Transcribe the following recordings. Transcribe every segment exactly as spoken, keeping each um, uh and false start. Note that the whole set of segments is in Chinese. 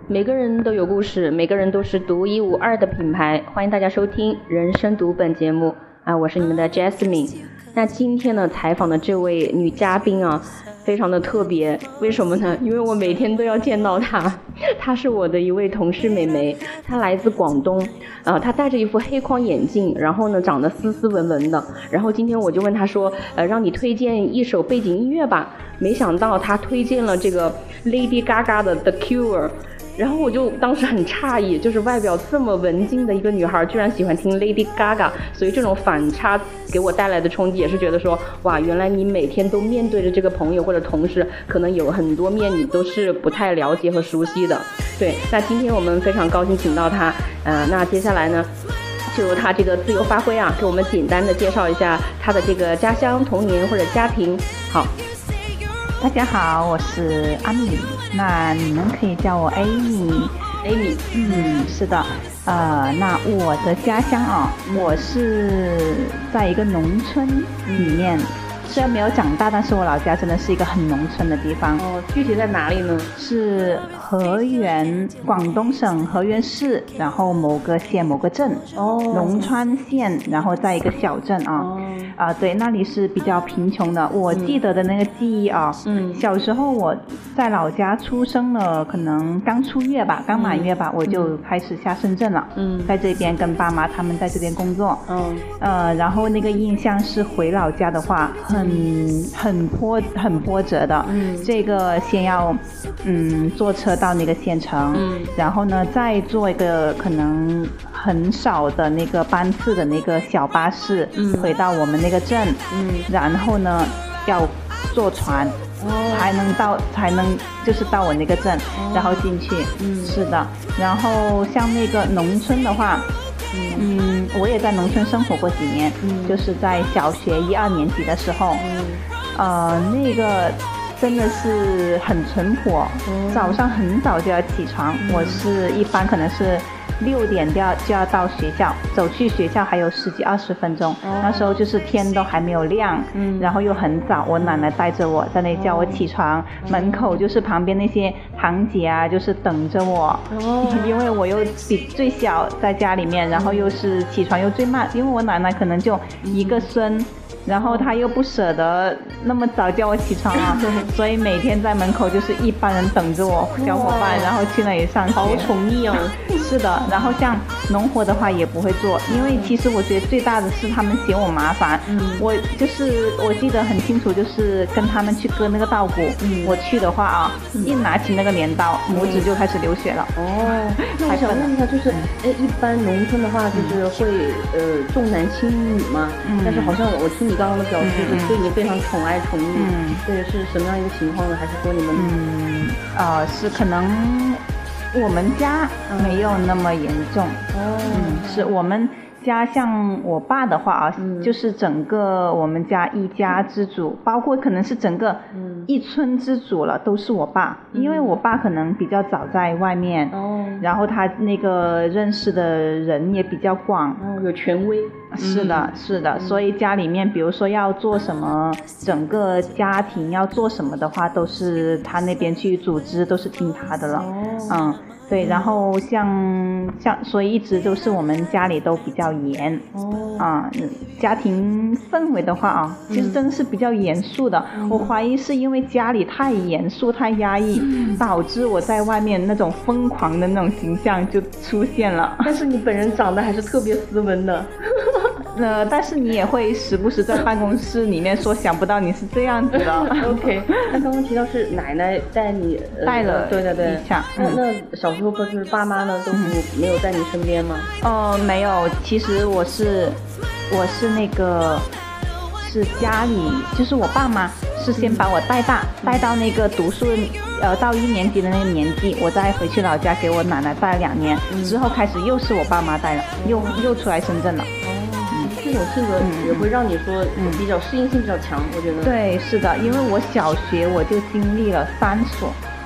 每个人都有故事，每个人都是独一无二的品牌。欢迎大家收听人生读本节目啊，我是你们的 Jasmine。那今天呢，采访的这位女嘉宾啊，非常的特别。为什么呢？因为我每天都要见到她。她是我的一位同事美眉，她来自广东，呃，她戴着一副黑框眼镜，然后呢，长得斯斯文文的。然后今天我就问她说，呃，让你推荐一首背景音乐吧。没想到她推荐了这个 Lady Gaga 的 The Cure。然后我就当时很诧异，就是外表这么文静的一个女孩居然喜欢听 Lady Gaga， 所以这种反差给我带来的冲击也是觉得说，哇，原来你每天都面对着这个朋友或者同事，可能有很多面你都是不太了解和熟悉的。对，那今天我们非常高兴请到她，呃，那接下来呢，就由她这个自由发挥啊，给我们简单的介绍一下她的这个家乡、童年或者家庭。好。 大家好，我是阿米，那你们可以叫我 Amy。Amy， 嗯，是的，呃，那我的家乡啊，我是在一个农村里面，虽然没有长大，但是我老家真的是一个很农村的地方。 哦，具体在哪里呢？ 是河源，广东省河源市，然后某个县某个镇。哦。龙川县，然后在一个小镇啊。哦。啊、呃，对，那里是比较贫穷的。我记得的那个记忆啊，嗯，小时候我在老家出生了，可能刚出月吧，刚满月吧，嗯、我就开始下深圳了。嗯。在这边跟爸妈他们在这边工作。嗯。呃，然后那个印象是回老家的话，很很波很波折的。嗯。这个先要嗯坐车到那个县城，嗯，然后呢再坐一个可能很少的那个班次的那个小巴士，嗯，回到我们那个镇，嗯，然后呢要坐船，哦，才能到才能就是到我那个镇，哦，然后进去，嗯，是的。然后像那个农村的话，嗯，我也在农村生活过几年，嗯，就是在小学一二年级的时候，嗯，呃，那个真的是很淳朴，嗯，早上很早就要起床，嗯，我是一般可能是六点就要就要到学校，走去学校还有十几二十分钟，哦，那时候就是天都还没有亮，嗯，然后又很早，我奶奶带着我在那里叫我起床，哦，门口就是旁边那些堂姐啊，就是等着我，哦，因为我又比最小在家里面，然后又是起床又最慢，因为我奶奶可能就一个孙。然后他又不舍得那么早叫我起床啊，所以每天在门口就是一帮人等着我小伙伴，然后去那里上学。 好宠溺哦。 是的，然后像农活的话也不会做，因为其实我觉得最大的是他们嫌我麻烦。嗯，我就是我记得很清楚，就是跟他们去割那个稻谷，嗯，我去的话啊，嗯，一拿起那个镰刀，拇指就开始流血了。哦， 那我想问一下，就是哎，一般农村的话就是会呃重男轻女嘛，嗯，但是好像我听你刚刚的表述，嗯，对你非常宠爱宠溺，嗯，对，是什么样一个情况呢？还是说你们嗯呃是可能我们家没有那么严重，哦，嗯，是我们家像我爸的话啊，嗯，就是整个我们家一家之主，包括可能是整个一村之主了，都是我爸，嗯，因为我爸可能比较早在外面，哦，然后他那个认识的人也比较广， 哦，有权威。 是的，嗯，是的，所以家里面比如说要做什么，整个家庭要做什么的话，都是他那边去组织，都是听他的了。哦，嗯，对，然后像像所以一直都是我们家里都比较严。哦，啊，嗯，家庭氛围的话啊，其实真的是比较严肃的。嗯，我怀疑是因为家里太严肃、太压抑，嗯，导致我在外面那种疯狂的那种形象就出现了。 但是你本人长得还是特别斯文的。 呃，但是你也会时不时在办公室里面说，想不到你是这样子的。 OK， 那刚刚提到是奶奶带你，呃、 带了， 对对对。 嗯， 那那小时候不是爸妈呢都没有在你身边吗？ 哦，呃，没有，其实我是我是那个是家里，就是我爸妈是先把我带大，嗯，带到那个读书呃到一年级的那个年纪，我再回去老家给我奶奶带了两年，嗯，之后开始又是我爸妈带了，嗯，又又出来深圳了。 这种性格也会让你说比较适应性比较强，嗯，我觉得。 对，是的，因为我小学我就经历了三所，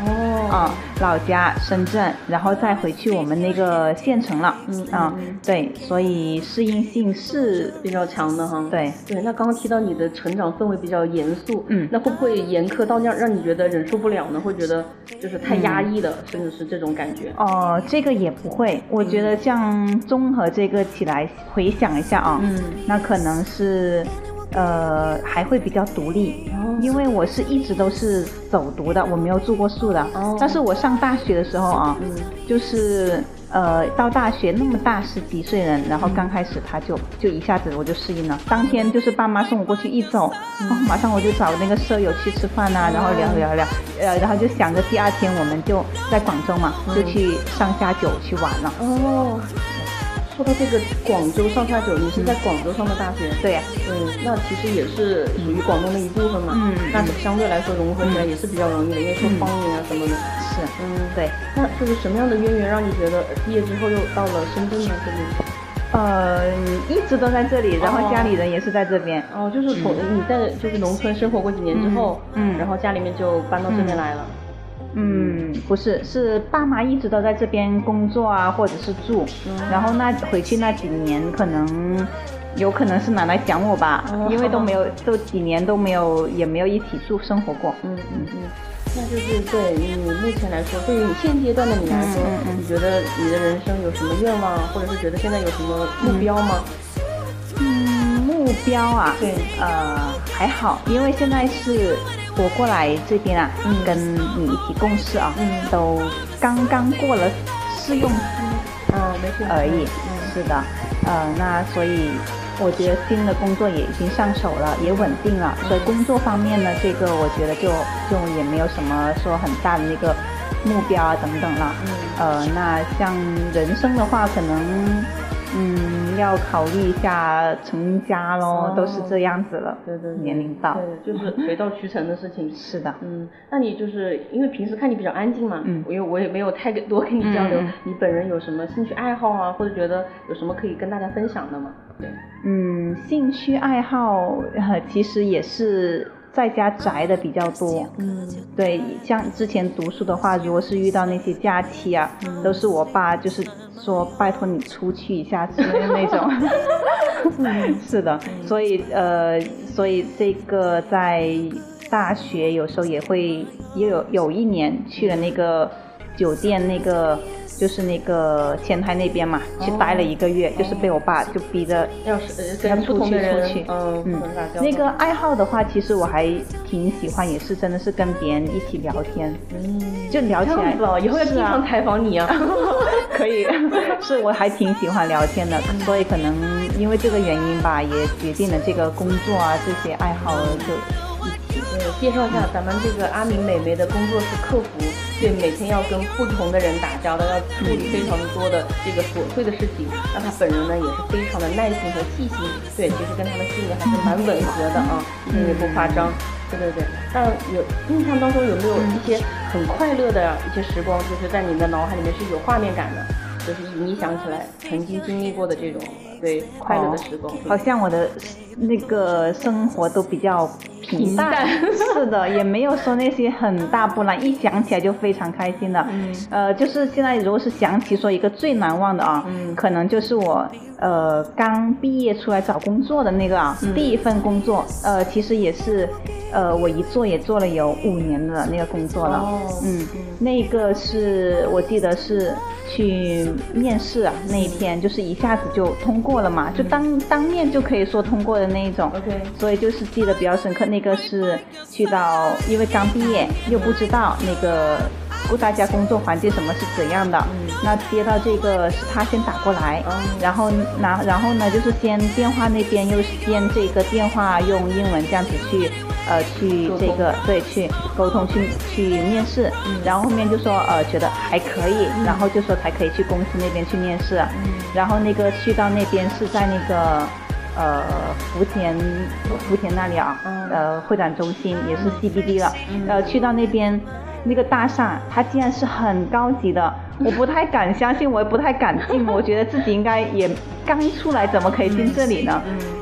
哦，啊，老家深圳，然后再回去我们那个县城了。嗯啊，嗯对，所以适应性是比较强的哈。 对对，那刚刚提到你的成长氛围比较严肃， 嗯， 那会不会严苛到让让你觉得忍受不了呢？会觉得就是太压抑了，嗯、甚至是这种感觉？ 哦，这个也不会，我觉得像综合这个起来回想一下啊，嗯，那可能是。呃，还会比较独立，哦、因为我是一直都是走读的，我没有住过宿的。哦、但是我上大学的时候啊，嗯、就是呃，到大学那么大十几岁人，然后刚开始他就就一下子我就适应了。当天就是爸妈送我过去一走，嗯哦、马上我就找那个舍友去吃饭啊，然后聊聊聊，呃，然后就想着第二天我们就在广州嘛，嗯、就去上下九去玩了。哦。 说到这个广州上下九，你是在广州上的大学？ 对呀、 啊，嗯，那其实也是属于广东的一部分嘛。嗯，那相对来说融合起来也是比较容易的，因为说方言啊什么的。 是， 嗯，对。那就是什么样的渊源让你觉得毕业之后又到了深圳呢？这里？ 呃，一直都在这里，然后家里人也是在这边。 哦，就是从你在就是农村生活过几年之后，嗯，然后家里面就搬到这边来了。 嗯，不是，是爸妈一直都在这边工作啊，或者是住，嗯、然后那回去那几年，可能有可能是奶奶想我吧，哦、因为都没有，都几年都没有，也没有一起住生活过。 嗯嗯嗯，那就是对你目前来说，对于你现阶段的你来说，嗯嗯、你觉得你的人生有什么愿望，或者是觉得现在有什么目标吗？ 嗯，目标啊， 对， 呃，还好，因为现在是。我过来这边啊，嗯、跟你一起共事啊，嗯、都刚刚过了试用期， 嗯、哦，没事而已，嗯、是的，呃，那所以我觉得新的工作也已经上手了，也稳定了，嗯、所以工作方面呢，这个我觉得就就也没有什么说很大的那个目标啊等等了，嗯、呃，那像人生的话，可能。嗯，要考虑一下成家咯，哦、都是这样子了。 对对对， 年龄到， 对，就是水到渠成的事情。 是的， 嗯，那你就是因为平时看你比较安静嘛，嗯，因为我也没有太多跟你交流，嗯、你本人有什么兴趣爱好啊，或者觉得有什么可以跟大家分享的吗？对， 嗯，兴趣爱好，呃，其实也是。在家宅的比较多，嗯，对，像之前读书的话，如果是遇到那些假期啊，嗯、都是我爸就是说拜托你出去一下之类的那种，嗯、是的，嗯、所以呃，所以这个在大学有时候也会也有有一年去了那个酒店那个。就是那个前台那边嘛，哦、去待了一个月，哦、就是被我爸就逼着要是要出去出去。 嗯嗯，那个爱好的话，其实我还挺喜欢，也是真的是跟别人一起聊天，嗯，就聊起来。 哦，以后要经常采访你啊。 可以，是我还挺喜欢聊天的，嗯、所以可能因为这个原因吧，也决定了这个工作啊这些爱好就一起。 对，介绍一下咱们这个阿明美眉的工作是客服。对，每天要跟不同的人打交道，要处理非常多的这个琐碎的事情。那他本人呢，也是非常的耐心和细心。对，其实跟他的性格还是蛮吻合的啊，一点也不夸张。对对对。那有印象当中有没有一些很快乐的一些时光，就是在你的脑海里面是有画面感的，就是你想起来曾经经历过的这种对快乐的时光？哦、 好像我的那个生活都比较。 平淡是的，也没有说那些很大波澜，一想起来就非常开心的。嗯，呃，就是现在如果是想起说一个最难忘的啊，嗯，可能就是我呃刚毕业出来找工作的那个啊，嗯、第一份工作，呃，其实也是呃我一做也做了有五年的那个工作了。哦，嗯，嗯那个是我记得是去面试啊，那一天就是一下子就通过了嘛，嗯、就当当面就可以说通过的那一种。 OK， 所以就是记得比较深刻。那个是去到，因为刚毕业又不知道那个大家工作环境什么是怎样的，嗯、那接到这个是他先打过来，嗯、然后然然后呢就是先电话那边又先这个电话用英文这样子去呃去这个对去沟通去去面试，嗯、然后后面就说呃觉得还可以，嗯、然后就说才可以去公司那边去面试，嗯、然后那个去到那边是在那个。呃，福田，福田那里啊，嗯、呃，会展中心也是 C B D 了，嗯、呃，去到那边那个大厦，它竟然是很高级的，我不太敢相信，我也不太敢进，我觉得自己应该也刚出来，怎么可以进这里呢？嗯嗯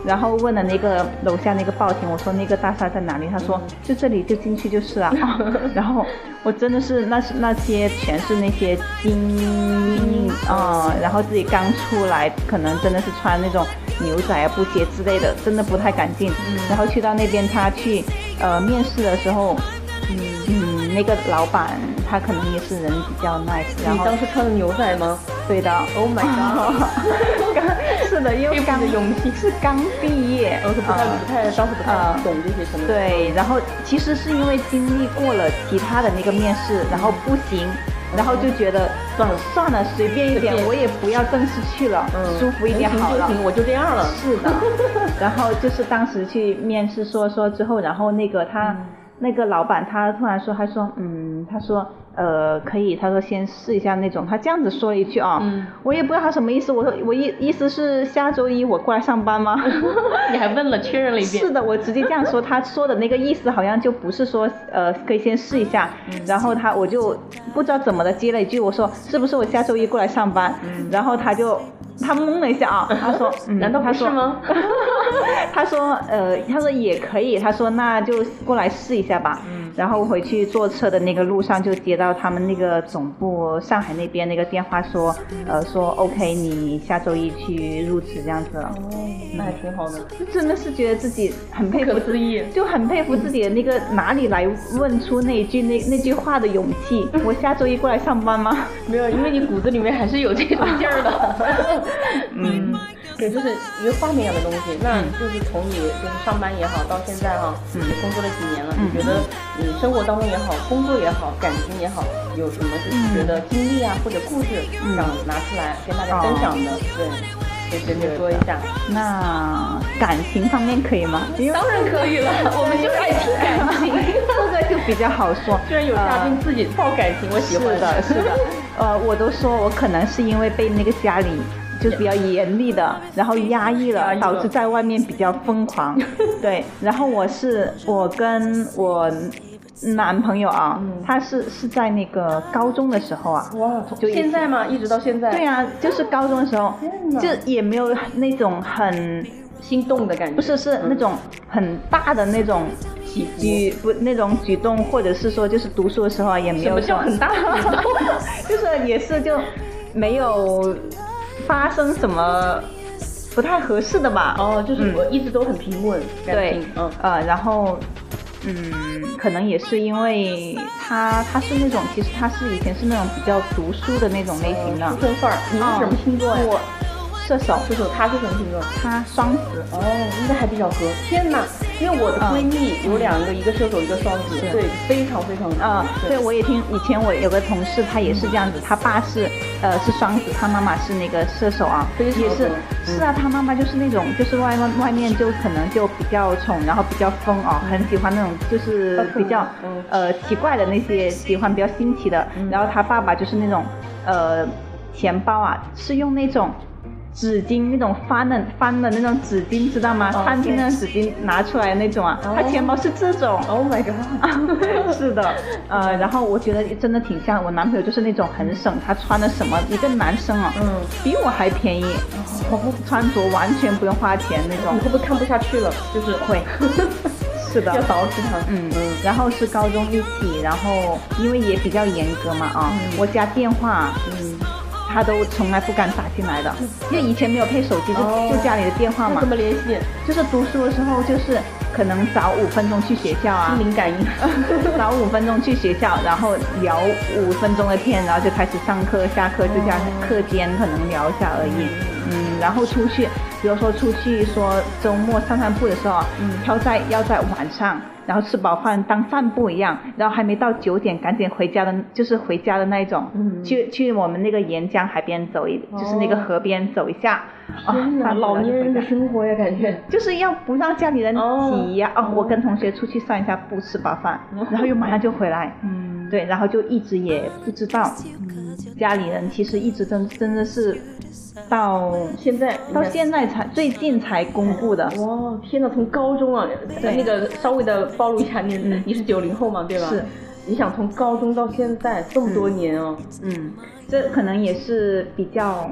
然后问了那个楼下那个报亭，我说那个大厦在哪里？他说就这里，就进去就是了。哦、然后我真的是那是那些全是那些精英啊、呃，然后自己刚出来，可能真的是穿那种牛仔啊、布鞋之类的，真的不太干净。嗯、然后去到那边，他去呃面试的时候，嗯嗯，那个老板他可能也是人比较 nice。然后你当时穿的牛仔吗？ 对的。 Oh my god！ 是的，因为刚的勇气是刚毕业， 我是不太、呃、不太当时不太懂这些什么。 对，然后其实是因为经历过了其他的那个面试，然后不行。然后就觉得算了算了，随便一点，我也不要正式去了，嗯、舒服一点好了， 行就行，我就这样了。 是的。然后就是当时去面试说说之后，然后那个他、嗯、那个老板他突然说，他说嗯，他说呃可以，他说先试一下那种，他这样子说了一句啊、哦嗯，我也不知道他什么意思。我说我意意思是下周一我过来上班吗？ 你还问了确认了一遍？ 是的，我直接这样说。他说的那个意思好像就不是说呃可以先试一下，嗯、然后他我就不知道怎么的接了一句，我说是不是我下周一过来上班？嗯、然后他就他懵了一下啊，他说、 嗯、难道不是吗？ 他说呃他说也可以，他说那就过来试一下吧。嗯然后回去坐车的那个路上就接到他们那个总部上海那边那个电话说，呃说 OK 你下周一去入职这样子了。 哦，那还挺好的。 真的是觉得自己很佩服自己， 就很佩服自己的那个哪里来问出那一句那那句话的勇气。我下周一过来上班吗？ 没有，因为你骨子里面还是有这种劲儿的。嗯。对，就是一个画面一样的东西。那就是从你就是上班也好，到现在哈、啊，嗯，也工作了几年了。嗯、你觉得你生活当中也好，工作也好，感情也好，有什么就是觉得经历啊、嗯、或者故事想拿出来跟大家分享的？哦、对，可以随便说一下。 那感情方面可以吗？ 当然可以了，我们就爱听感情， 这个就比较好说。 居然有嘉宾自己爆感情，呃、我喜欢。 是的，是的。呃，我都说我可能是因为被那个家里。就是比较严厉的，然后压抑了，导致在外面比较疯狂。对，然后我是我跟我男朋友啊，嗯、他是是在那个高中的时候啊， 哇，就现在吗？一直到现在？ 对啊，就是高中的时候，就也没有那种很心动的感觉， 不是是那种很大的那种。举不那种举动，或者是说就是读书的时候啊，也没有。 什么叫很大的举动？ 就是也是就没有。发生什么不太合适的吧？ 哦，就是我一直都很平稳， 嗯、对，嗯呃，然后嗯，可能也是因为他他是那种，其实他是以前是那种比较读书的那种类型的， 出身范儿。你是什么星座呀？ 我射手， 射手，他是什么星座？ 他双子。 哦，应该还比较合。天哪！因为我的闺蜜有两个，嗯、一个射手，一个双子，对，非常非常啊、呃。对，我也听以前我有个同事，他也是这样子，他爸是呃是双子，他妈妈是那个射手啊，也是、嗯、是啊，他妈妈就是那种就是外外外面就可能就比较宠，然后比较疯哦，很喜欢那种就是比较、嗯、呃奇怪的那些，喜欢比较新奇的，嗯、然后他爸爸就是那种呃钱包啊是用那种。纸巾那种翻的翻的那种纸巾，知道吗？哦、餐厅的纸巾拿出来那种啊，哦、他钱包是这种。 Oh my god！ 是的，呃，然后我觉得真的挺像我男朋友，就是那种很省，他穿的什么一个男生啊，嗯，比我还便宜，哦、穿着完全不用花钱那种。 你会不会看不下去了？就是会。是的， 要捯饬他。 嗯嗯。然后是高中一起，然后因为也比较严格嘛啊，嗯、我家电话，嗯。他都从来不敢打进来的，因为以前没有配手机，就、哦、就家里的电话嘛。 怎么联系？ 就是读书的时候，就是可能早五分钟去学校啊， 心灵感应。 早五分钟去学校，然后聊五分钟的天，然后就开始上课，下课就在课间可能聊一下而已。嗯，嗯然后出去，比如说出去说周末散散步的时候，嗯，挑在要在晚上。然后吃饱饭当散步一样，然后还没到九点赶紧回家的，就是回家的那一种，嗯、去去我们那个沿江海边走一，哦、就是那个河边走一下。 天哪，哦、老年人的生活呀，感觉就是要不让家里人挤呀。哦，哦我跟同学出去散一下步，吃饱饭，哦、然后又马上就回来。嗯，对，然后就一直也不知道，嗯、家里人其实一直真真的是。到现在， 到现在才最近才公布的。 哇，天哪！从高中啊，那个稍微的暴露一下，你、嗯、你是九零后嘛，对吧？ 是。 你想从高中到现在这么多年哦， 嗯，嗯这可能也是比较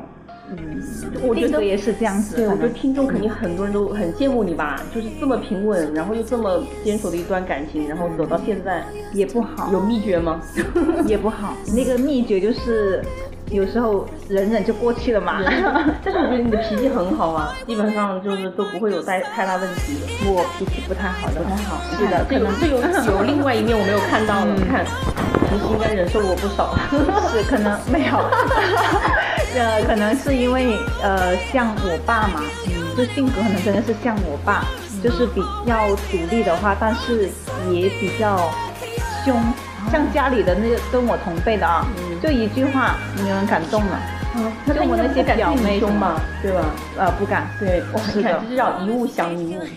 嗯，我觉得也是这样子。 对，我觉得听众肯定很多人都很羡慕你吧，就是这么平稳，然后又这么坚守的一段感情，然后走到现在也不好。 有秘诀吗？ 也不好，那个秘诀就是有时候忍忍就过去了嘛。 但是我觉得你的脾气很好啊，基本上就是都不会有太太大问题的。 我脾气不太好的， 不太好。 是的， 这个这个有另外一面我没有看到了。你看，平时应该忍受我不少。 是可能没有，呃，可能是因为呃像我爸嘛，嗯，就性格可能真的是像我爸，嗯、就是比较独立的话，但是也比较凶。像家里的那个跟我同辈的啊，嗯、就一句话没有人敢动了。 啊，那跟我那些表妹凶嘛，对吧？ 呃，不敢。 对，哇，是的，就是要一物降一物。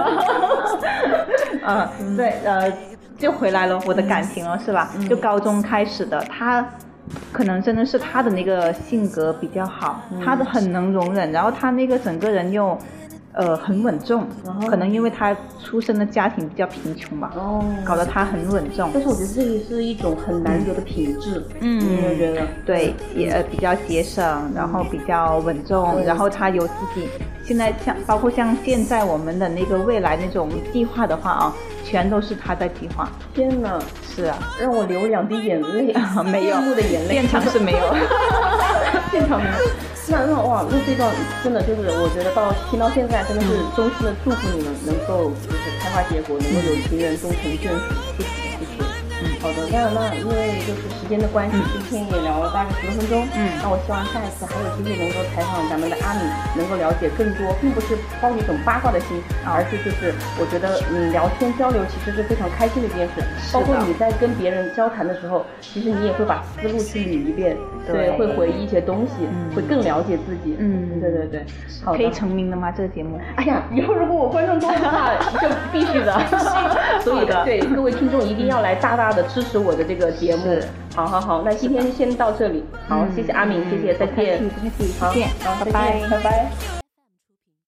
嗯，嗯对，呃，就回来了我的感情了，是吧？嗯、就高中开始的，他可能真的是他的那个性格比较好，嗯、他的很能容忍，然后他那个整个人又。呃，很稳重，可能因为他出生的家庭比较贫穷吧，哦，搞得他很稳重。 但是我觉得这个是一种很难得的品质， 嗯， 你有觉得？ 对，也、呃、比较节省，然后比较稳重，嗯、然后他有自己。现在像包括像现在我们的那个未来那种计划的话啊，全都是他在计划。 天哪， 是啊， 让我流两滴眼泪， 没有， 的眼泪， 现场是没有， 现场没有。那那哇，那这段真的就是，我觉得到听到现在，真的是衷心的祝福你们能够就是开花结果，能够有情人终成眷属，谢谢谢谢。嗯，好的，那那因为就是时间的关系，今天也聊了大概十多分钟。嗯，那我希望下一次还有机会能够采访咱们的阿敏，能够了解更多，并不是抱着一种八卦的心，而是就是我觉得嗯聊天交流其实是非常开心的一件事。包括你在跟别人交谈的时候，其实你也会把思路去捋一遍，对，会回忆一些东西，嗯、会更了解自己。嗯，对对对。好， 可以成名的吗？这个节目？ 哎呀，以后如果我观众多的话，就必须的。所以的，对各位听众一定要来大大的支持我的这个节目。好好好，那今天先到这里。好，嗯、谢谢阿敏，谢谢，再见。 不客气，不客气，再见， 好，拜拜，拜拜。